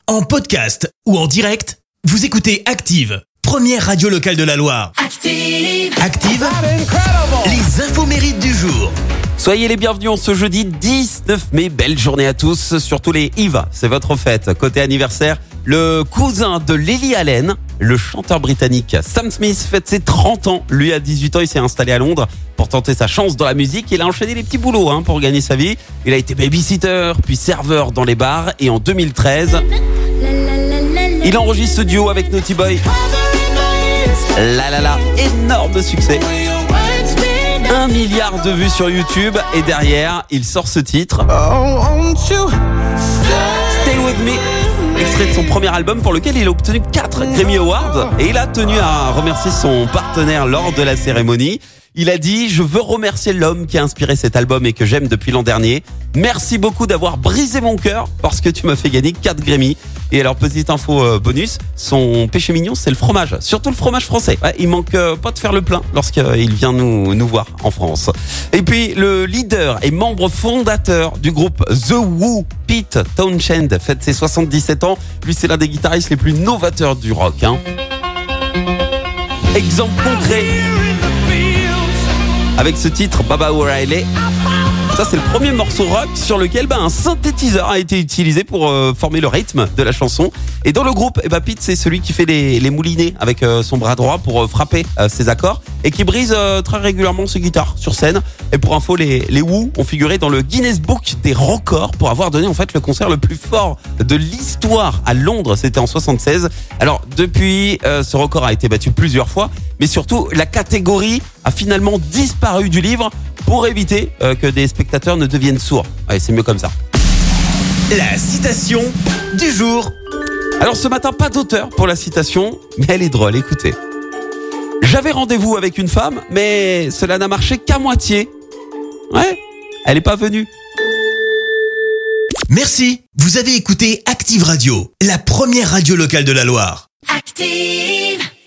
En podcast ou en direct, vous écoutez Active, première radio locale de la Loire. Active, les infos mérites du jour. Soyez les bienvenus en ce jeudi 19 mai. Belle journée à tous, surtout les Yves. C'est votre fête. Côté anniversaire, le cousin de Lily Allen, le chanteur britannique Sam Smith, fête ses 30 ans. Lui, à 18 ans, il s'est installé à Londres pour tenter sa chance dans la musique. Il a enchaîné les petits boulots pour gagner sa vie. Il a été babysitter, puis serveur dans les bars. Et en 2013, il enregistre ce duo avec Naughty Boy. Énorme succès. 1 milliard de vues sur YouTube. Et derrière, il sort ce titre. Stay With Me. Extrait de son premier album pour lequel il a obtenu 4 Grammy Awards. Et il a tenu à remercier son partenaire lors de la cérémonie. Il a dit « Je veux remercier l'homme qui a inspiré cet album et que j'aime depuis l'an dernier. Merci beaucoup d'avoir brisé mon cœur parce que tu m'as fait gagner 4 Grammy. » Et alors, petite info bonus, son péché mignon, c'est le fromage. Surtout le fromage français. Ouais, il manque pas de faire le plein lorsqu'il vient nous voir en France. Et puis, le leader et membre fondateur du groupe The Who, Pete Townshend, fête ses 77 ans. Lui, c'est l'un des guitaristes les plus novateurs du rock. Exemple concret. Avec ce titre, Baba O'Reilly. Ça, c'est le premier morceau rock sur lequel un synthétiseur a été utilisé pour former le rythme de la chanson. Et dans le groupe, Pete, c'est celui qui fait les moulinets avec son bras droit pour frapper ses accords et qui brise très régulièrement ses guitares sur scène. Et pour info, les Who ont figuré dans le Guinness Book des records pour avoir donné en fait le concert le plus fort de l'histoire à Londres. C'était en 76. Alors depuis, ce record a été battu plusieurs fois, mais surtout la catégorie a finalement disparu du livre pour éviter que des spectateurs ne deviennent sourds. Ouais, c'est mieux comme ça. La citation du jour. Alors ce matin, pas d'auteur pour la citation, mais elle est drôle, écoutez. J'avais rendez-vous avec une femme, mais cela n'a marché qu'à moitié. Ouais, elle n'est pas venue. Merci, vous avez écouté Active Radio, la première radio locale de la Loire. Active!